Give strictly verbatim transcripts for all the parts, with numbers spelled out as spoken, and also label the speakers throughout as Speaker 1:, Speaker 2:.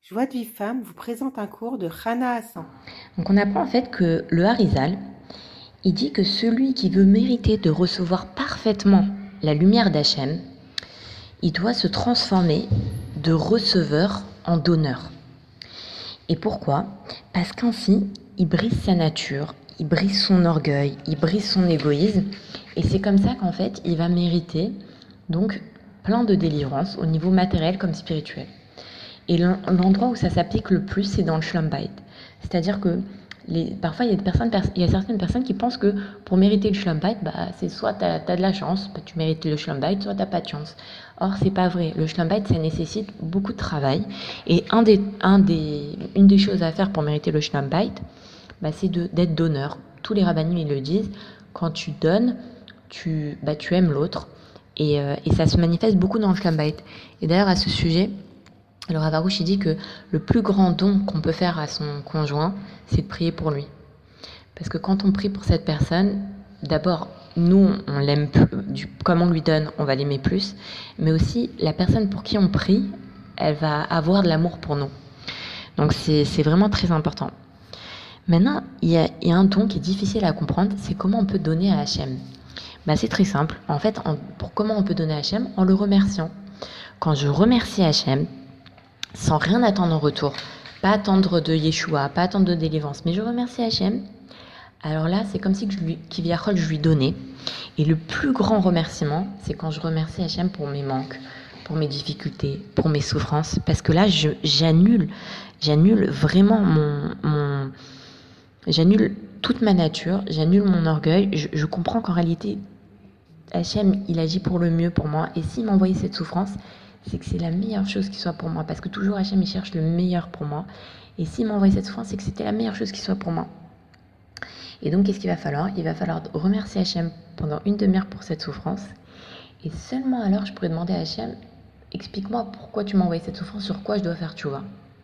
Speaker 1: Joie de vie femme vous présente un cours de Chana Hassan.
Speaker 2: Donc on apprend en fait que le Harizal, il dit que celui qui veut mériter de recevoir parfaitement la lumière d'Hachem, il doit se transformer de receveur en donneur. Et pourquoi ? Parce qu'ainsi, il brise sa nature, il brise son orgueil, il brise son égoïsme, et c'est comme ça qu'en fait, il va mériter donc plein de délivrances au niveau matériel comme spirituel. Et l'endroit où ça s'applique le plus, c'est dans le Shlom Bayit. C'est-à-dire que les, parfois, il y, a des personnes, il y a certaines personnes qui pensent que pour mériter le Shlom Bayit, bah, c'est soit tu as de la chance, bah, tu mérites le Shlom Bayit, soit tu n'as pas de chance. Or, c'est pas vrai. Le Shlom Bayit, ça nécessite beaucoup de travail. Et un des, un des, une des choses à faire pour mériter le Shlom Bayit, bah, c'est d'être donneur. Tous les rabbinim, ils le disent. Quand tu donnes, tu, bah, tu aimes l'autre. Et, euh, et ça se manifeste beaucoup dans le Shlom Bayit. Et d'ailleurs, à ce sujet, le Rav Arush, il dit que le plus grand don qu'on peut faire à son conjoint, c'est de prier pour lui. Parce que quand on prie pour cette personne, d'abord, nous, on l'aime plus, du, comme on lui donne, on va l'aimer plus. Mais aussi, la personne pour qui on prie, elle va avoir de l'amour pour nous. Donc c'est vraiment très important. Maintenant, il y, a, il y a un don qui est difficile à comprendre, c'est comment on peut donner à Hachem. Bah, c'est très simple. En fait, en, pour comment on peut donner à Hachem ? En le remerciant. Quand je remercie Hachem, sans rien attendre en retour, pas attendre de Yeshua, pas attendre de délivrance, mais je remercie Hachem, alors là, c'est comme si je lui, je lui donnais. Et le plus grand remerciement, c'est quand je remercie Hachem pour mes manques, pour mes difficultés, pour mes souffrances, parce que là, j'annule, j'annule vraiment mon, mon j'annule toute ma nature, j'annule mon orgueil, je, je comprends qu'en réalité, Hachem, il agit pour le mieux pour moi, et s'il m'a envoyé cette souffrance, c'est que c'est la meilleure chose qui soit pour moi, parce que toujours Hachem, il cherche le meilleur pour moi, et s'il m'a envoyé cette souffrance, c'est que c'était la meilleure chose qui soit pour moi. Et donc, qu'est-ce qu'il va falloir ? Il va falloir remercier Hachem pendant une demi-heure pour cette souffrance, et seulement alors, je pourrais demander à Hachem, explique-moi pourquoi tu m'as envoyé cette souffrance, sur quoi je dois faire tchouva.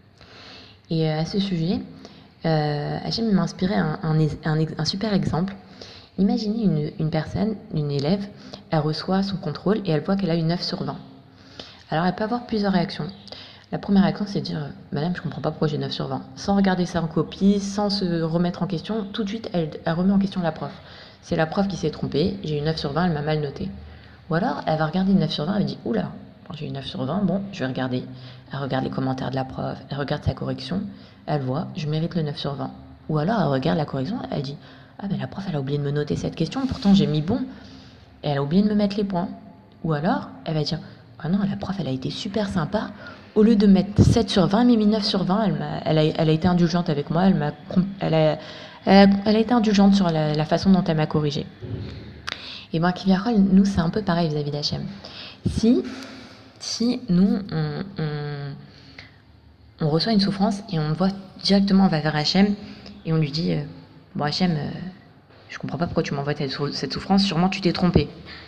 Speaker 2: Et euh, à ce sujet, euh, Hachem m'a inspiré un, un, un, un super exemple. Imaginez une, une personne, une élève, elle reçoit son contrôle et elle voit qu'elle a une neuf sur vingt. Alors, elle peut avoir plusieurs réactions. La première réaction, c'est de dire « Madame, je ne comprends pas pourquoi j'ai neuf sur vingt ». Sans regarder ça en copie, sans se remettre en question, tout de suite, elle, elle remet en question la prof. C'est la prof qui s'est trompée, j'ai eu neuf sur vingt, elle m'a mal noté. Ou alors, elle va regarder une neuf sur vingt, elle dit « Oula, bon, j'ai eu neuf sur vingt, bon, je vais regarder ». Elle regarde les commentaires de la prof, elle regarde sa correction, elle voit « Je mérite le neuf sur vingt ». Ou alors, elle regarde la correction, elle dit « Ah, mais la prof, elle a oublié de me noter cette question, pourtant j'ai mis bon, et elle a oublié de me mettre les points ». Ou alors, elle va dire « Ah non, la prof, elle a été super sympa. Au lieu de mettre sept sur vingt, elle m'a mis neuf sur vingt. Elle, a, elle, a, elle a été indulgente avec moi. Elle, m'a, elle, a, elle, a, elle a été indulgente sur la, la façon dont elle m'a corrigée. » Et bien, Kiviarol, nous, c'est un peu pareil vis-à-vis d'Hachem. Si, si nous, on, on, on reçoit une souffrance et on voit directement, on va vers Hachem et on lui dit euh, « Bon, Hachem, euh, je comprends pas pourquoi tu m'envoies cette souffrance. Sûrement, tu t'es trompé.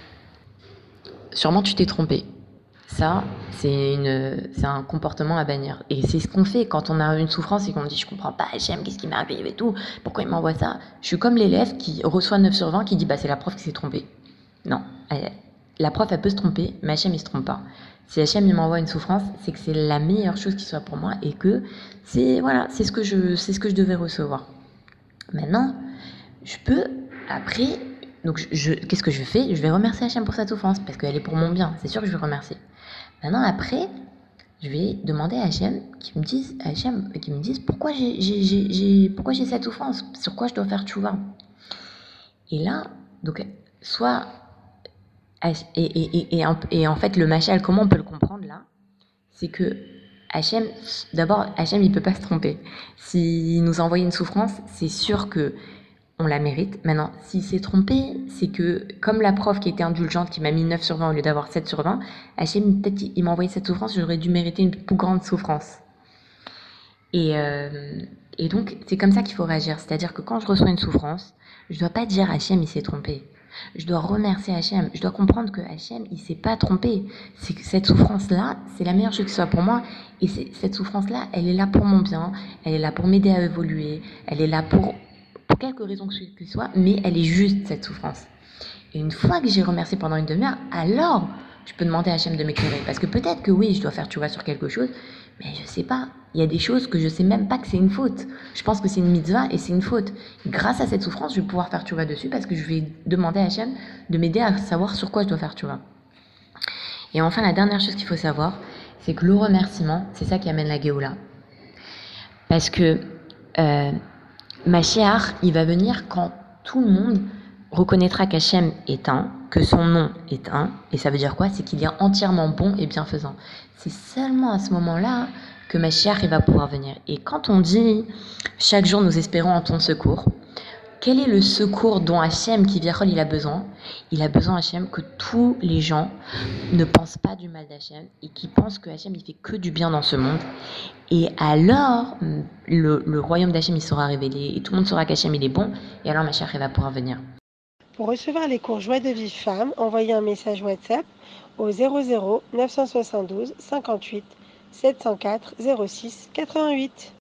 Speaker 2: Sûrement, tu t'es trompé. » Ça, c'est un comportement à bannir. Et c'est ce qu'on fait quand on a une souffrance et qu'on dit « Je comprends pas, Hachem, qu'est-ce qui m'est arrivé et tout, pourquoi il m'envoie ça ?» Je suis comme l'élève qui reçoit neuf sur vingt, qui dit « Bah, c'est la prof qui s'est trompée. » Non, elle, la prof, elle peut se tromper, mais Hachem, il se trompe pas. Si Hachem, il m'envoie une souffrance, c'est que c'est la meilleure chose qui soit pour moi et que c'est voilà, c'est ce que je, c'est ce que je devais recevoir. Maintenant, je peux, après, donc je, je, qu'est-ce que je fais ? Je vais remercier Hachem pour cette souffrance, parce qu'elle est pour mon bien, c'est sûr que je vais remercier. Maintenant, après, je vais demander à Hachem qui me dise, à Hachem, qui me dise pourquoi j'ai, j'ai, j'ai, pourquoi j'ai cette souffrance, sur quoi je dois faire tchouva. Et là, donc, soit, et, et, et, et, en, et en fait, le machal, comment on peut le comprendre là, c'est que Hachem, d'abord, Hachem, il peut pas se tromper. S'il nous a envoyé une souffrance, c'est sûr que on la mérite. Maintenant, s'il s'est trompé, c'est que, comme la prof qui était indulgente, qui m'a mis neuf sur vingt au lieu d'avoir sept sur vingt, Hachem, peut-être, il m'a envoyé cette souffrance, j'aurais dû mériter une plus grande souffrance. Et, euh, et donc, c'est comme ça qu'il faut réagir. C'est-à-dire que quand je reçois une souffrance, je dois pas dire Hachem, il s'est trompé. Je dois remercier Hachem. Je dois comprendre que Hachem, il s'est pas trompé. C'est que cette souffrance-là, c'est la meilleure chose qui soit pour moi. Et cette souffrance-là, elle est là pour mon bien. Elle est là pour m'aider à évoluer. Elle est là pour... pour quelque raison que ce soit, mais elle est juste, cette souffrance. Et une fois que j'ai remercié pendant une demi-heure, alors je peux demander à Hachem de m'éclairer. Parce que peut-être que oui, je dois faire tchouva sur quelque chose, mais je sais pas. Il y a des choses que je sais même pas que c'est une faute. Je pense que c'est une mitzvah et c'est une faute. Grâce à cette souffrance, je vais pouvoir faire tchouva dessus parce que je vais demander à Hachem de m'aider à savoir sur quoi je dois faire tchouva. Et enfin, la dernière chose qu'il faut savoir, c'est que le remerciement, c'est ça qui amène la Géoula. Parce que euh, Mashiach, il va venir quand tout le monde reconnaîtra qu'Hachem est un, que son nom est un, et ça veut dire quoi? C'est qu'il est entièrement bon et bienfaisant. C'est seulement à ce moment-là que Mashiach il va pouvoir venir. Et quand on dit « chaque jour nous espérons en ton secours », quel est le secours dont Hachem, qui Viachol, il a besoin? Il a besoin, Hachem, que tous les gens ne pensent pas du mal d'Hachem et qui pensent que Hachem, il fait que du bien dans ce monde. Et alors, le, le royaume d'Hachem, il sera révélé et tout le monde saura qu'Hachem, il est bon. Et alors, Mashiach, il va pouvoir venir.
Speaker 1: Pour recevoir les cours Joie de Vive Femme, envoyez un message WhatsApp au zéro zéro neuf cent soixante-douze cinquante-huit sept cent quatre zéro six quatre-vingt-huit.